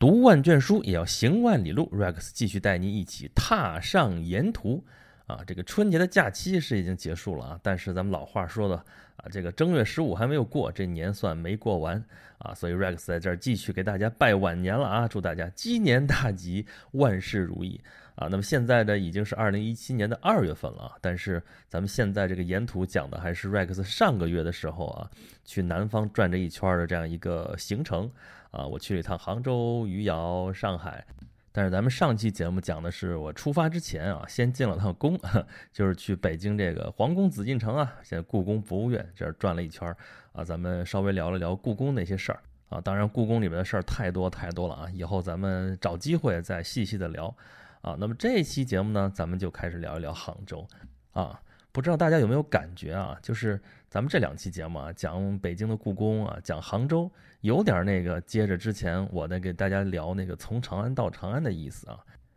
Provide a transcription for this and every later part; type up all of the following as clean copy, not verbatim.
读万卷书也要行万里路 ，Rex 继续带您一起踏上沿途。这个春节的假期是已经结束了啊，但是咱们老话说的这个正月15还没有过，这年算没过完所以 Rex 在这儿继续给大家拜晚年了啊，祝大家鸡年大吉，万事如意那么现在呢，已经是2017年的2月份了但是咱们现在这个沿途讲的还是 Rex 上个月的时候去南方转这一圈的这样一个行程我去了一趟杭州、余姚、上海。但是咱们上期节目讲的是我出发之前先进了趟宫，就是去北京这个皇宫紫禁城现在故宫博物院这儿转了一圈咱们稍微聊了聊故宫那些事儿当然故宫里面的事儿太多了以后咱们找机会再细细的聊那么这一期节目呢，咱们就开始聊一聊杭州不知道大家有没有感觉就是咱们这2期节目讲北京的故宫讲杭州，有点那个接着之前我在给大家聊那个从长安到长安的意思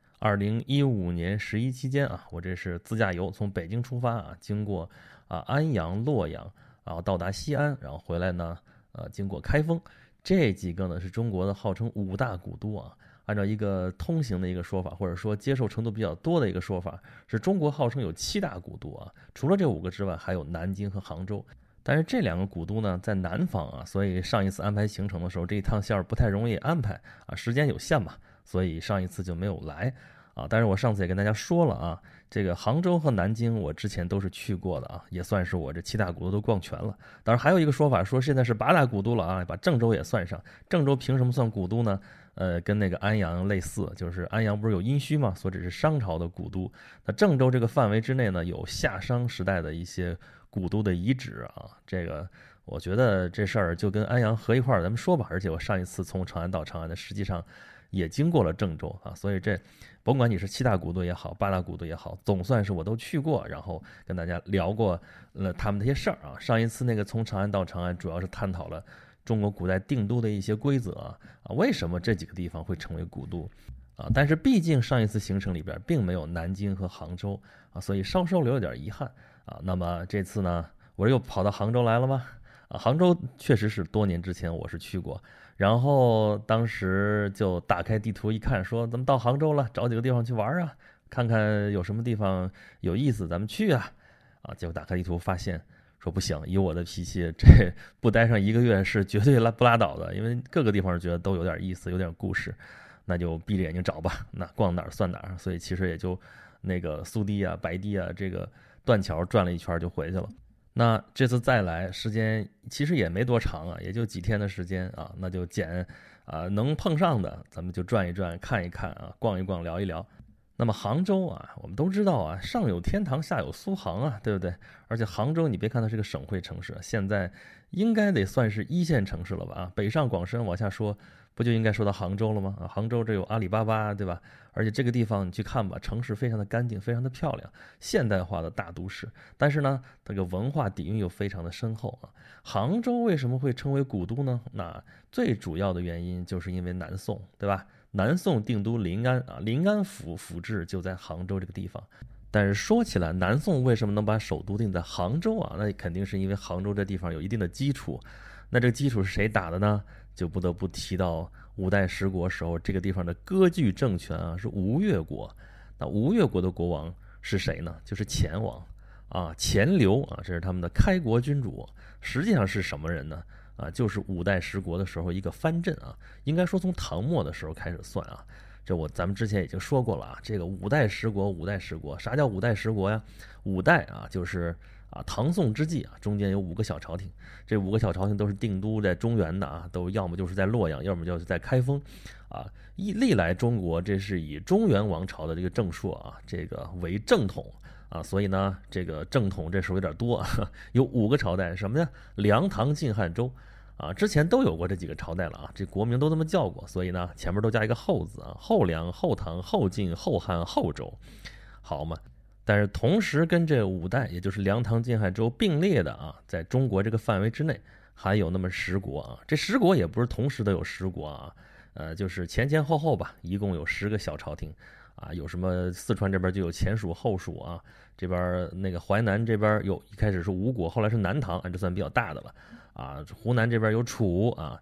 2015年11期间我这是自驾游，从北京出发经过安阳、洛阳，然后到达西安，然后回来呢经过开封，这几个呢是中国的号称5大古都按照一个通行的一个说法，或者说接受程度比较多的一个说法，是中国号称有7大古都除了这5个之外，还有南京和杭州。但是这2个古都呢在南方所以上一次安排行程的时候，这一趟线不太容易安排时间有限嘛，所以上一次就没有来但是我上次也跟大家说了这个杭州和南京我之前都是去过的也算是我这7大古都都逛全了。当然还有一个说法说现在是8大古都了把郑州也算上。郑州凭什么算古都呢？跟那个安阳类似，就是安阳不是有殷墟吗？所指是商朝的古都。那郑州这个范围之内呢，有夏商时代的一些古都的遗址这个我觉得这事儿就跟安阳合一块儿咱们说吧。而且我上一次从长安到长安的，实际上也经过了郑州所以这甭管你是7大古都也好，8大古都也好，总算是我都去过，然后跟大家聊过他们这些事儿上一次那个从长安到长安，主要是探讨了中国古代定都的一些规则为什么这几个地方会成为古都但是毕竟上一次行程里边并没有南京和杭州所以稍稍留有点遗憾那么这次呢，我又跑到杭州来了吗？杭州确实是多年之前我是去过，然后当时就打开地图一看，说咱们到杭州了，找几个地方去玩看看有什么地方有意思咱们去结果打开地图发现说不行，以我的脾气，这不待上1个月是绝对不拉倒的，因为各个地方觉得都有点意思，有点故事，那就闭着眼睛找吧，那逛哪儿算哪儿。所以其实也就那个苏堤白堤这个断桥转了一圈就回去了。那这次再来时间其实也没多长也就几天的时间那就捡能碰上的咱们就转一转，看一看逛一逛，聊一聊。那么杭州我们都知道上有天堂，下有苏杭对不对？而且杭州你别看它是个省会城市，现在应该得算是1线城市了吧北上广深往下说，不就应该说到杭州了吗？杭州这有阿里巴巴对吧？而且这个地方你去看吧，城市非常的干净，非常的漂亮，现代化的大都市。但是呢，这个文化底蕴又非常的深厚杭州为什么会称为古都呢？那最主要的原因就是因为南宋，对吧？南宋定都临安临安府府治就在杭州这个地方。但是说起来，南宋为什么能把首都定在杭州那肯定是因为杭州这地方有一定的基础。那这个基础是谁打的呢？就不得不提到5代十国时候这个地方的割据政权是吴越国。那吴越国的国王是谁呢？就是钱王钱镠这是他们的开国君主。实际上是什么人呢？就是5代十国的时候一个藩镇应该说从唐末的时候开始算这咱们之前已经说过了这个5代十国啥叫5代十国呀？5代就是唐宋之际中间有5个小朝廷，这5个小朝廷都是定都在中原的都要么就是在洛阳，要么就是在开封历来中国这是以中原王朝的这个正朔这个为正统所以呢这个正统这时候有点多有5个朝代，什么呀？梁唐晋汉周之前都有过这几个朝代了这国名都这么叫过，所以呢前面都加一个后字后梁、后唐、后晋、后汉、后周，好嘛。但是同时跟这5代，也就是梁唐晋汉周并列的在中国这个范围之内还有那么10国这10国也不是同时都有10国就是前前后后吧，一共有10个小朝廷有什么四川这边就有前蜀、后蜀这边那个淮南这边一开始是吴国，后来是南唐这算比较大的了湖南这边有楚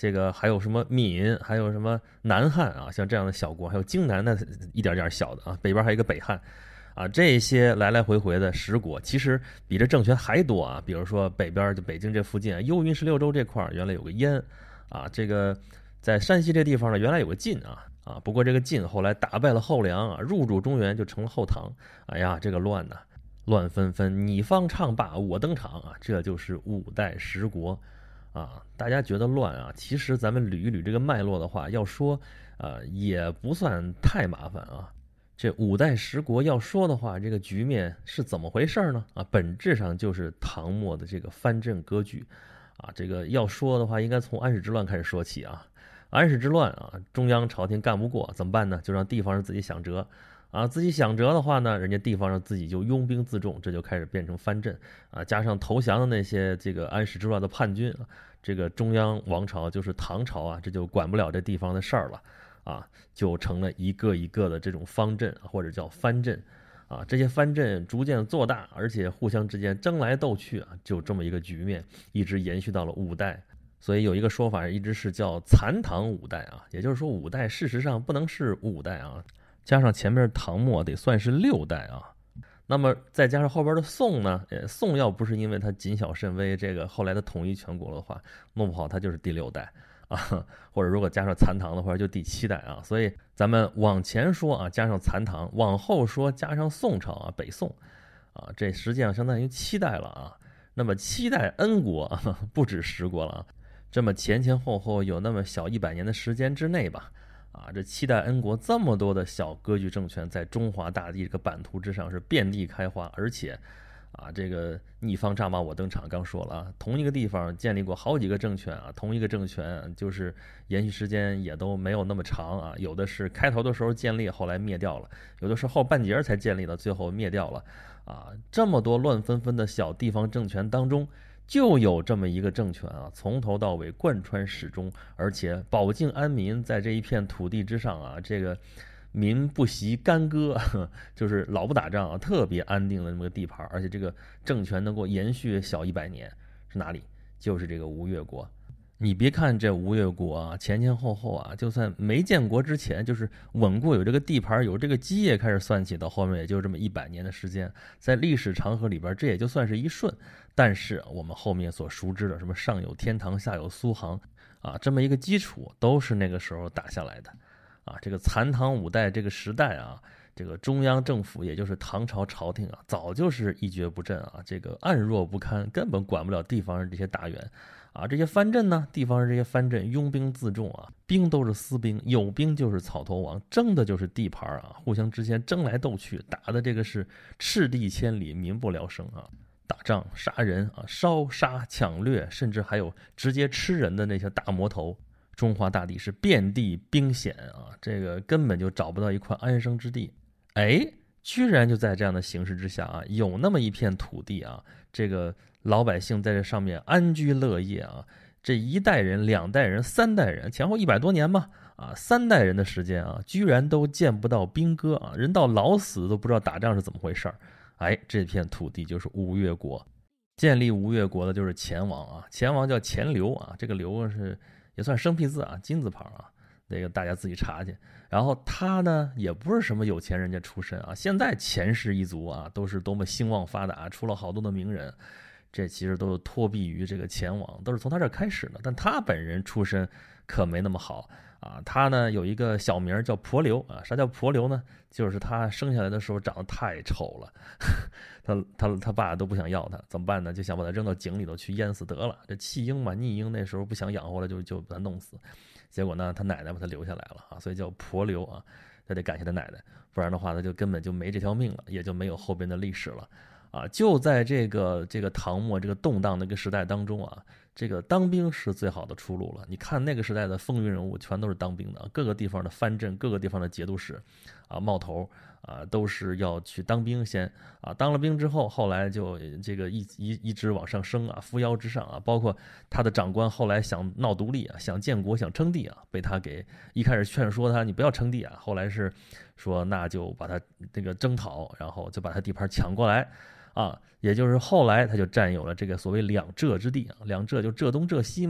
这个还有什么闽，还有什么南汉啊，像这样的小国，还有荆南的一点点小的啊，北边还有一个北汉啊，这些来来回回的十国，其实比这政权还多啊。比如说北边就北京这附近幽云16州这块原来有个燕啊，这个在山西这地方呢，原来有个晋啊，不过这个晋后来打败了后梁啊，入主中原就成了后唐。哎呀，这个乱呐，乱纷纷，你方唱罢我登场啊，这就是五代十国啊。大家觉得乱啊，其实咱们捋一捋这个脉络的话，要说也不算太麻烦啊。这五代十国要说的话，这个局面是怎么回事呢？啊，本质上就是唐末的这个藩镇割据啊。这个要说的话，应该从安史之乱开始说起啊。安史之乱啊，中央朝廷干不过，怎么办呢？就让地方上自己想辙啊。自己想辙的话呢，人家地方上自己就拥兵自重，这就开始变成藩镇啊。加上投降的那些这个安史之乱的叛军啊，这个中央王朝就是唐朝啊，这就管不了这地方的事儿了啊，就成了一个一个的这种方阵或者叫藩镇啊。这些藩镇逐渐做大，而且互相之间争来斗去啊，就这么一个局面，一直延续到了五代。所以有一个说法一直是叫残唐五代啊，也就是说五代事实上不能是五代啊，加上前面唐末得算是6代啊。那么再加上后边的宋呢，宋要不是因为他谨小慎微，这个后来的统一全国的话，弄不好他就是第6代啊，或者如果加上残唐的话，就第7代啊。所以咱们往前说啊，加上残唐，往后说加上宋朝啊，北宋啊，这实际上相当于7代了啊。那么7代 N 国啊，不止10国了啊。这么前前后后有那么小100年的时间之内吧，啊，这7代 N 国这么多的小割据政权，在中华大地这个版图之上是遍地开花，而且，啊，这个逆方诈骂我登场，刚说了啊，同一个地方建立过好几个政权啊，同一个政权就是延续时间也都没有那么长啊，有的是开头的时候建立，后来灭掉了，有的是后半截才建立的，最后灭掉了，啊，这么多乱纷纷的小地方政权当中。就有这么一个政权啊，从头到尾贯穿始终，而且保境安民，在这一片土地之上啊，这个民不习干戈，就是老不打仗啊，特别安定的那么个地盘，而且这个政权能够延续小100年，是哪里？就是这个吴越国。你别看这吴越国啊，前前后后啊，就算没建国之前，就是稳固有这个地盘、有这个基业开始算起，到后面也就这么100年的时间，在历史长河里边，这也就算是一瞬。但是我们后面所熟知的什么上有天堂，下有苏杭啊，这么一个基础，都是那个时候打下来的啊。这个残唐五代这个时代啊，这个中央政府，也就是唐朝朝廷啊，早就是一蹶不振啊，这个暗弱不堪，根本管不了地方上这些大员。啊，这些藩镇呢，地方上这些藩镇拥兵自重啊，兵都是私兵，有兵就是草头王，争的就是地盘啊，互相之间争来斗去，打的这个是赤地千里，民不聊生啊，打仗杀人啊，烧杀抢掠，甚至还有直接吃人的那些大魔头，中华大地是遍地兵险啊，这个根本就找不到一块安生之地。哎，居然就在这样的形势之下啊，有那么一片土地啊，这个老百姓在这上面安居乐业啊，这1代人、2代人、3代人，前后100多年嘛，啊，3代人的时间啊，居然都见不到兵戈啊，人到老死都不知道打仗是怎么回事儿。哎，这片土地就是吴越国，建立吴越国的就是钱王啊，钱王叫钱镠啊，这个镠是也算生僻字啊，金字旁啊，那个大家自己查去。然后他呢，也不是什么有钱人家出身啊，现在钱氏一族啊，都是多么兴旺发达，出了好多的名人。这其实都是托庇于这个钱王，都是从他这儿开始的。但他本人出身可没那么好啊。他呢有一个小名叫婆刘啊。啥叫婆刘呢？就是他生下来的时候长得太丑了，他爸都不想要他，怎么办呢？就想把他扔到井里头去淹死得了。这弃婴嘛，逆婴那时候不想养活了，就把他弄死。结果呢，他奶奶把他留下来了啊，所以叫婆刘啊。他得感谢他奶奶，不然的话他就根本就没这条命了，也就没有后边的历史了。啊，就在这个唐末这个动荡的一个时代当中啊，这个当兵是最好的出路了。你看那个时代的风云人物，全都是当兵的，各个地方的藩镇，各个地方的节度使，啊，冒头啊，都是要去当兵先啊。当了兵之后，后来就这个一直往上升啊，扶摇直上啊。包括他的长官后来想闹独立啊，想建国，想称帝啊，被他给一开始劝说他你不要称帝啊，后来是说那就把他这个征讨，然后就把他地盘抢过来。啊，也就是后来他就占有了这个所谓两浙之地啊，两浙就浙东浙西嘛，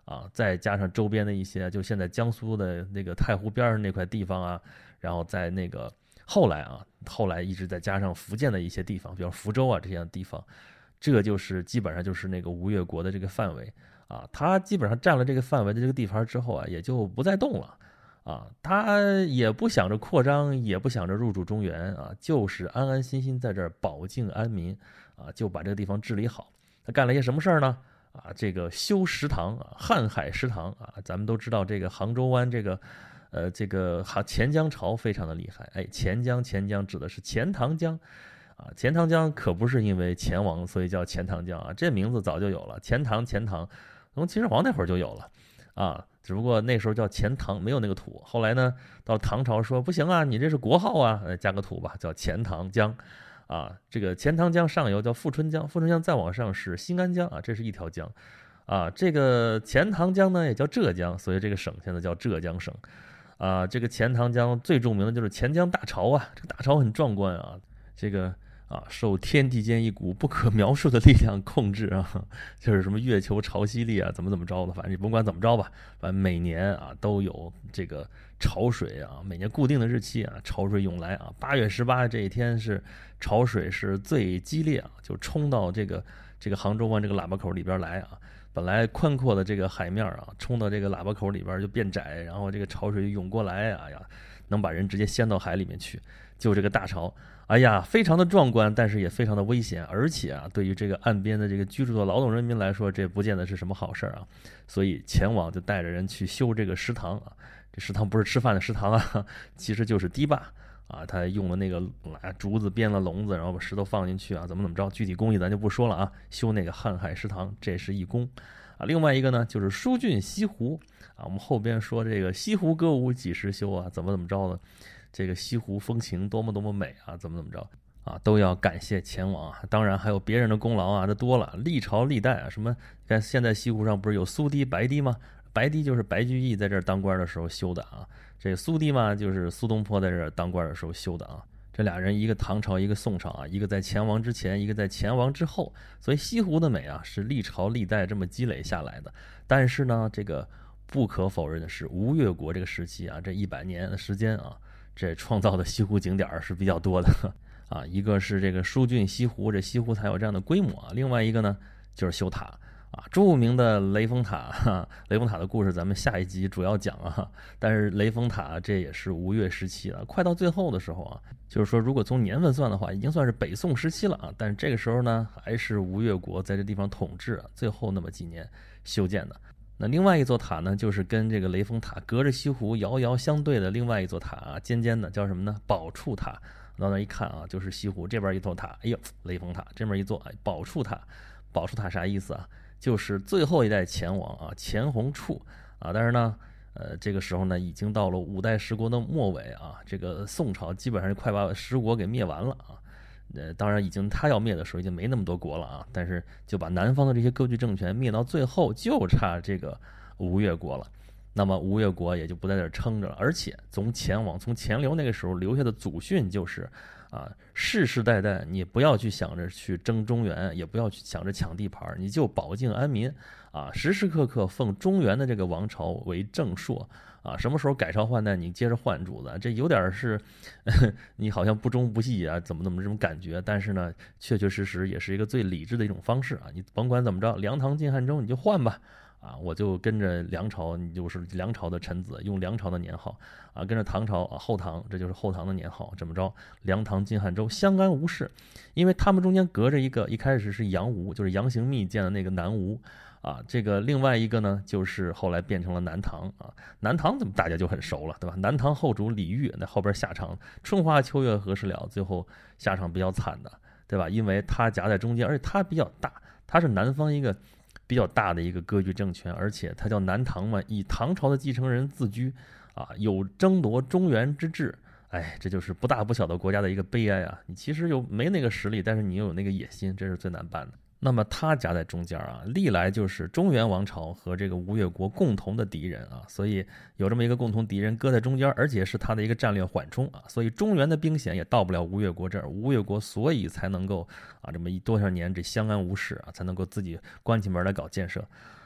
啊，再加上周边的一些，就现在江苏的那个太湖边上那块地方啊，然后在那个后来一直再加上福建的一些地方，比如福州啊这样的地方，这就是基本上就是那个吴越国的这个范围啊，他基本上占了这个范围的这个地盘之后啊，也就不再动了。啊，他也不想着扩张，也不想着入主中原啊，就是安安心心在这儿保境安民啊，就把这个地方治理好。他干了一些什么事儿呢？啊，这个修石塘啊，瀚海石塘啊，咱们都知道这个杭州湾这个钱江潮非常的厉害。哎，钱江指的是钱塘江啊，钱塘江可不是因为钱王所以叫钱塘江啊，这名字早就有了，钱塘，从秦始皇那会儿就有了啊。只不过那时候叫钱塘，没有那个土。后来呢，到唐朝说不行啊，你这是国号啊，加个土吧，叫钱塘江。啊，这个钱塘江上游叫富春江，富春江再往上是新安江啊，这是一条江。啊，这个钱塘江呢也叫浙江，所以这个省现在叫浙江省。啊，这个钱塘江最著名的就是钱江大潮啊，这个大潮很壮观啊，这个。啊，受天地间一股不可描述的力量控制啊，就是什么月球潮汐力啊，怎么着的，反正你甭管怎么着吧，反正每年啊都有这个潮水啊，每年固定的日期啊，潮水涌来啊，8月18这一天是潮水是最激烈啊，就冲到这个杭州湾这个喇叭口里边来啊，本来宽阔的这个海面啊，冲到这个喇叭口里边就变窄，然后这个潮水涌过来，哎呀，能把人直接掀到海里面去，就这个大潮。哎呀，非常的壮观，但是也非常的危险，而且啊，对于这个岸边的这个居住的劳动人民来说，这不见得是什么好事啊。所以钱王就带着人去修这个食堂啊，这食堂不是吃饭的食堂啊，其实就是堤坝啊。他用了那个竹子编了笼子，然后把石头放进去啊，怎么着，具体工艺咱就不说了啊。修那个瀚海食堂，这是一功啊。另外一个呢，就是疏浚西湖啊。我们后边说这个西湖歌舞几时休啊，怎么着的。这个西湖风情多么美啊，怎么着啊，都要感谢钱王啊。当然还有别人的功劳啊，这多了，历朝历代啊，什么看现在西湖上不是有苏堤、白堤吗？白堤就是白居易在这儿当官的时候修的啊，这个苏堤嘛，就是苏东坡在这儿当官的时候修的啊。这俩人一个唐朝，一个宋朝啊，一个在钱王之前，一个在钱王之后，所以西湖的美啊，是历朝历代这么积累下来的。但是呢，这个不可否认的是，吴越国这个时期啊，这100年的时间啊。这创造的西湖景点是比较多的啊，一个是这个疏浚西湖，这西湖才有这样的规模啊。另外一个呢，就是修塔啊，著名的雷峰塔。雷峰塔的故事咱们下一集主要讲啊。但是雷峰塔这也是吴越时期了，快到最后的时候啊，就是说如果从年份算的话，已经算是北宋时期了啊。但是这个时候呢，还是吴越国在这地方统治啊，最后那么几年修建的。那另外一座塔呢，就是跟这个雷峰塔隔着西湖遥遥相对的另外一座塔啊，尖尖的，叫什么呢？宝处塔。到那一看啊，就是西湖这边一座塔，哎呦，雷峰塔这边一座，哎，宝处塔。宝处塔啥意思啊？就是最后一代钱王啊，钱弘处啊。但是呢，这个时候呢，已经到了5代十国的末尾啊，这个宋朝基本上快把十国给灭完了啊。当然，他要灭的时候已经没那么多国了啊，但是就把南方的这些割据政权灭到最后，就差这个吴越国了。那么吴越国也就不在这儿撑着了，而且从钱刘那个时候留下的祖训就是啊，世世代代你不要去想着去争中原，也不要去想着抢地盘，你就保境安民啊，时时刻刻奉中原的这个王朝为正朔。啊，什么时候改朝换代，你接着换主子，这有点是，你好像不忠不义啊，怎么这种感觉？但是呢，确实也是一个最理智的一种方式啊。你甭管怎么着，梁唐晋汉周你就换吧，啊，我就跟着梁朝，你就是梁朝的臣子，用梁朝的年号啊，跟着唐朝啊，后唐，这就是后唐的年号，这么着，梁唐晋汉周相安无事，因为他们中间隔着一开始是杨吴，就是杨行密建的那个南吴。啊，这个另外一个呢，就是后来变成了南唐啊。南唐怎么大家就很熟了，对吧？南唐后主李煜，那后边下场春花秋月何时了，最后下场比较惨的，对吧？因为他夹在中间，而且他比较大，他是南方一个比较大的一个割据政权，而且他叫南唐嘛，以唐朝的继承人自居啊，有争夺中原之志。哎，这就是不大不小的国家的一个悲哀啊！你其实又没那个实力，但是你又有那个野心，这是最难办的。那么他夹在中间啊，历来就是中原王朝和这个吴越国共同的敌人啊，所以有这么一个共同敌人搁在中间，而且是他的一个战略缓冲啊，所以中原的兵险也到不了吴越国这儿，吴越国所以才能够啊这么多少年这相安无事啊，才能够自己关起门来搞建设。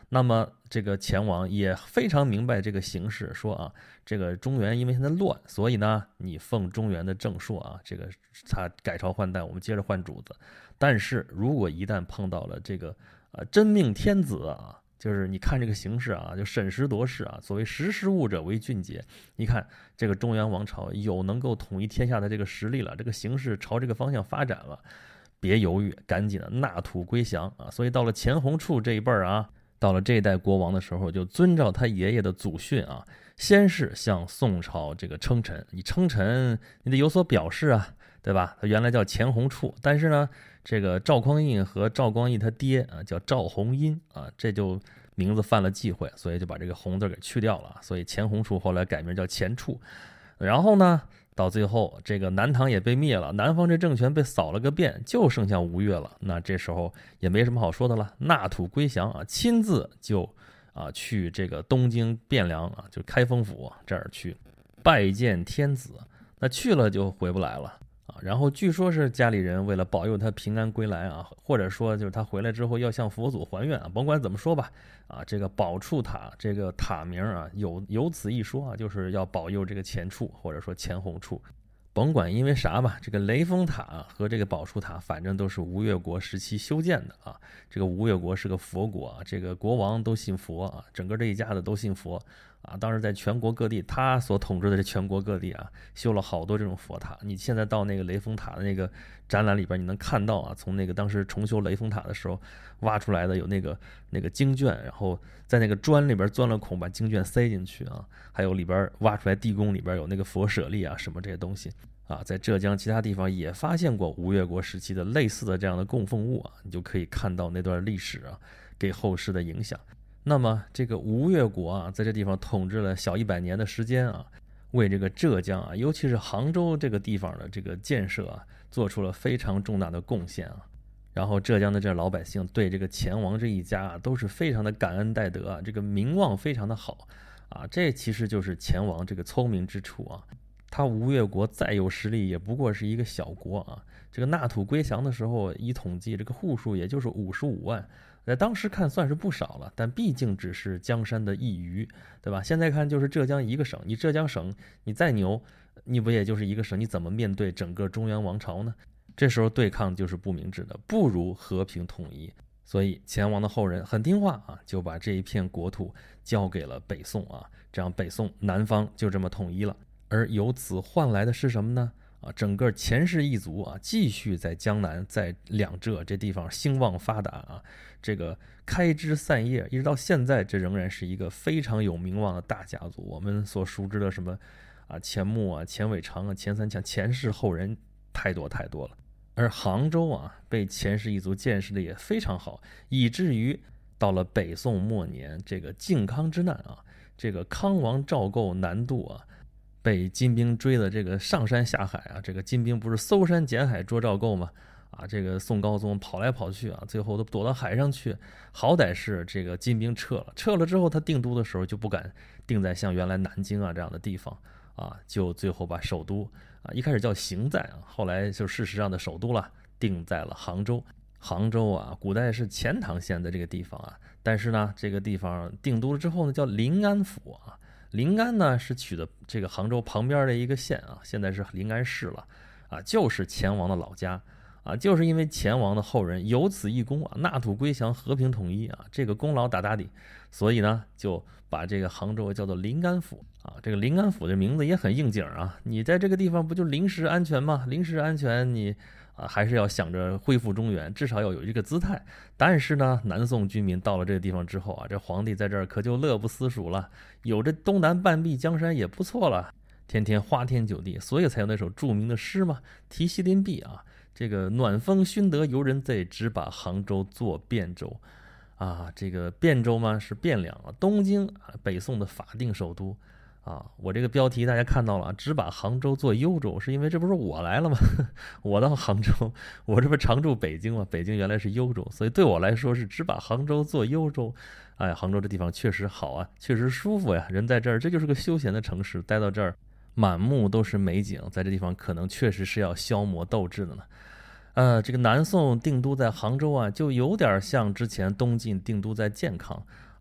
那么这个钱王也非常明白这个形势，说啊，这个中原因为现在乱，所以呢，你奉中原的正朔啊，这个他改朝换代，我们接着换主子。但是如果一旦碰到了这个真命天子啊，就是你看这个形势啊，就审时度势啊，所谓识时务者为俊杰。你看这个中原王朝有能够统一天下的这个实力了，这个形势朝这个方向发展了，别犹豫，赶紧的纳土归降啊！所以到了钱弘处这一辈儿啊，到了这一代国王的时候，就遵照他爷爷的祖训啊，先是向宋朝这个称臣，你称臣你得有所表示啊，对吧？他原来叫钱弘处，但是呢，这个赵匡胤和赵光义他爹啊叫赵弘殷啊，这就名字犯了忌讳，所以就把这个弘字给去掉了，所以钱弘处后来改名叫钱处。然后呢，到最后这个南唐也被灭了，南方这政权被扫了个遍，就剩下吴越了。那这时候也没什么好说的了，纳土归降啊，亲自就去这个东京汴梁啊，就开封府这儿去拜见天子。那去了就回不来了啊。然后据说是家里人为了保佑他平安归来啊，或者说就是他回来之后要向佛祖还愿啊，甭管怎么说吧啊，这个宝处塔这个塔名啊有此一说啊，就是要保佑这个钱处或者说钱弘处。甭管因为啥吧，这个雷峰塔和这个宝处塔，反正都是吴越国时期修建的啊。这个吴越国是个佛国啊，这个国王都信佛啊，整个这一家子都信佛啊。当时在全国各地，他所统治的这全国各地啊，修了好多这种佛塔。你现在到那个雷峰塔的那个展览里边，你能看到啊，从那个当时重修雷峰塔的时候挖出来的有那个经卷，然后在那个砖里边钻了孔，把经卷塞进去啊。还有里边挖出来地宫里边有那个佛舍利啊，什么这些东西。啊，在浙江其他地方也发现过吴越国时期的类似的这样的供奉物啊，你就可以看到那段历史啊给后世的影响。那么这个吴越国啊，在这地方统治了小100年的时间啊，为这个浙江啊，尤其是杭州这个地方的这个建设啊，做出了非常重大的贡献啊。然后浙江的这老百姓对这个钱王这一家啊，都是非常的感恩戴德啊，这个名望非常的好啊。这其实就是钱王这个聪明之处啊。他吴越国再有实力，也不过是一个小国啊。这个纳土归降的时候，一统计这个户数也就是55万，在当时看算是不少了，但毕竟只是江山的一隅，对吧？现在看就是浙江一个省，你浙江省你再牛，你不也就是一个省？你怎么面对整个中原王朝呢？这时候对抗就是不明智的，不如和平统一。所以钱王的后人很听话啊，就把这一片国土交给了北宋啊，这样北宋南方就这么统一了。而由此换来的是什么呢？啊，整个钱氏一族啊，继续在江南、在两浙这地方兴旺发达啊，这个开枝散叶，一直到现在，这仍然是一个非常有名望的大家族。我们所熟知的什么啊，钱穆啊、钱伟长啊、钱三强，钱氏后人太多太多了。而杭州啊，被钱氏一族建设的也非常好，以至于到了北宋末年，这个靖康之难啊，这个康王赵构南渡啊。被金兵追的这个上山下海啊，这个金兵不是搜山捡海捉赵构吗？啊，这个宋高宗跑来跑去啊，最后都躲到海上去。好歹是这个金兵撤了之后，他定都的时候就不敢定在像原来南京啊这样的地方啊，就最后把首都啊一开始叫行在啊，后来就事实上的首都了，定在了杭州。杭州啊，古代是钱塘县的这个地方啊，但是呢，这个地方定都了之后呢，叫临安府啊。临安呢是取的这个杭州旁边的一个县啊，现在是临安市了啊，就是钱王的老家啊，就是因为钱王的后人有此一功啊，纳土归降，和平统一啊，这个功劳大大的，所以呢就把这个杭州叫做临安府啊。这个临安府的名字也很应景啊，你在这个地方不就临时安全吗？临时安全你还是要想着恢复中原，至少要有这个姿态。但是呢，南宋居民到了这个地方之后啊，这皇帝在这儿可就乐不思蜀了，有这东南半壁江山也不错了，天天花天酒地，所以才有那首著名的诗嘛，题西林壁啊，这个暖风熏得游人醉，只把杭州作汴州。啊，这个汴州嘛是汴梁啊，东京啊，北宋的法定首都。啊，我这个标题大家看到了，只把杭州做幽州，是因为这不是我来了吗？我到杭州，我这不常驻北京吗？北京原来是幽州，所以对我来说是只把杭州做幽州。哎，杭州这地方确实好啊，确实舒服呀，人在这儿，这就是个休闲的城市，待到这儿满目都是美景，在这地方可能确实是要消磨斗志的呢。这个南宋定都在杭州啊，就有点像之前东晋定都在建康。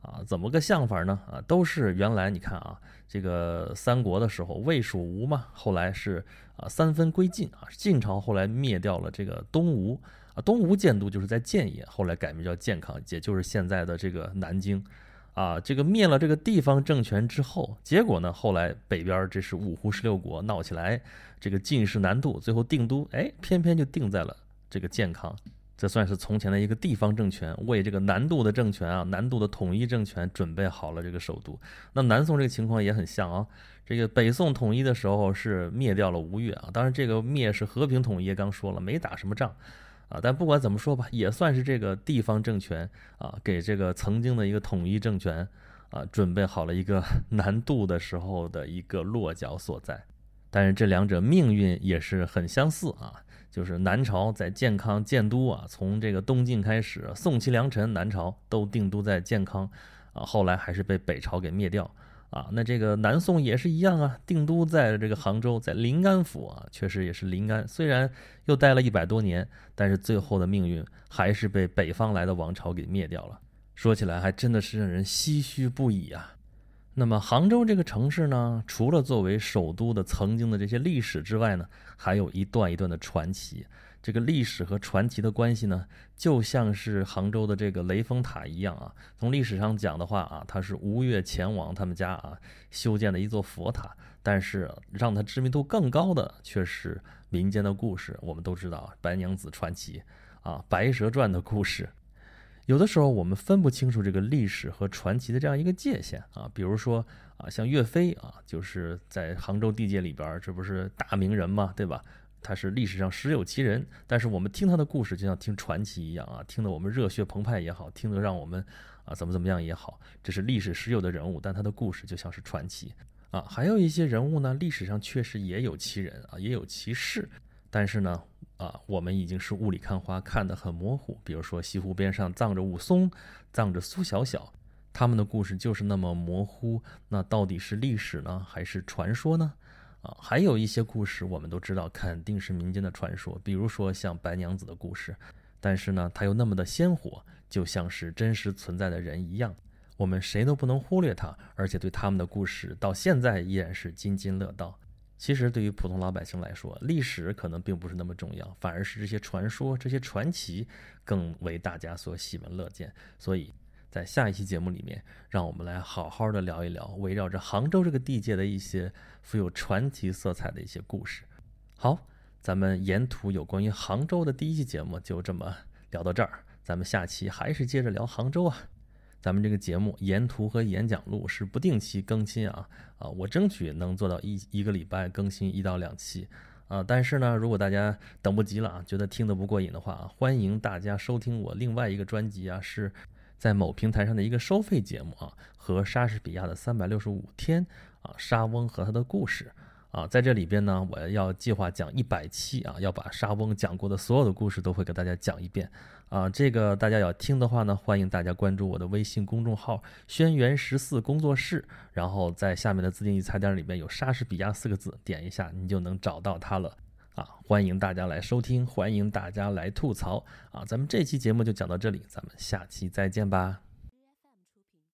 怎么个像法呢？都是原来你看这个三国的时候魏蜀吴嘛，后来是三分归晋晋朝后来灭掉了这个东吴东吴建都就是在建业，后来改名叫建康，也就是现在的这个南京这个灭了这个地方政权之后，结果呢，后来北边这是五胡16国闹起来，这个晋室南渡，最后定都，偏偏就定在了这个建康。这算是从前的一个地方政权为这个南渡的政权南渡的统一政权准备好了这个首都。那南宋这个情况也很像这个北宋统一的时候是灭掉了吴越当然这个灭是和平统一，刚说了没打什么仗但不管怎么说吧，也算是这个地方政权给这个曾经的一个统一政权准备好了一个南渡的时候的一个落脚所在。但是这两者命运也是很相似就是南朝在建康建都从这个东晋开始，宋齐梁陈南朝都定都在建康后来还是被北朝给灭掉那这个南宋也是一样定都在这个杭州，在临安府确实也是临安，虽然又待了100多年，但是最后的命运还是被北方来的王朝给灭掉了。说起来还真的是让人唏嘘不已那么杭州这个城市呢，除了作为首都的曾经的这些历史之外呢，还有一段一段的传奇。这个历史和传奇的关系呢，就像是杭州的这个雷峰塔一样从历史上讲的话它是吴越前王他们家修建的一座佛塔，但是让它知名度更高的却是民间的故事。我们都知道白娘子传奇白蛇传的故事。有的时候我们分不清楚这个历史和传奇的这样一个界限比如说像岳飞就是在杭州地界里边，这不是大名人嘛，对吧？他是历史上实有其人，但是我们听他的故事就像听传奇一样听得我们热血澎湃也好，听得让我们怎么样也好，这是历史实有的人物，但他的故事就像是传奇还有一些人物呢，历史上确实也有其人也有其事，但是呢我们已经是雾里看花，看得很模糊。比如说西湖边上葬着武松，葬着苏小小，他们的故事就是那么模糊，那到底是历史呢，还是传说呢？还有一些故事我们都知道肯定是民间的传说，比如说像白娘子的故事，但是呢，它又那么的鲜活，就像是真实存在的人一样，我们谁都不能忽略它，而且对他们的故事到现在依然是津津乐道。其实对于普通老百姓来说，历史可能并不是那么重要，反而是这些传说、这些传奇更为大家所喜闻乐见。所以在下一期节目里面，让我们来好好的聊一聊围绕着杭州这个地界的一些富有传奇色彩的一些故事。好，咱们沿途有关于杭州的第一期节目就这么聊到这儿，咱们下期还是接着聊杭州咱们这个节目沿途和演讲录是不定期更新我争取能做到一个礼拜更新1到2期但是呢，如果大家等不及了觉得听得不过瘾的话欢迎大家收听我另外一个专辑是在某平台上的一个收费节目和莎士比亚的365天莎翁和他的故事在这里边呢，我要计划讲100期要把莎翁讲过的所有的故事都会给大家讲一遍这个大家要听的话呢，欢迎大家关注我的微信公众号轩辕14工作室，然后在下面的自定义菜单里面有莎士比亚4个字，点一下你就能找到它了欢迎大家来收听，欢迎大家来吐槽咱们这期节目就讲到这里，咱们下期再见吧。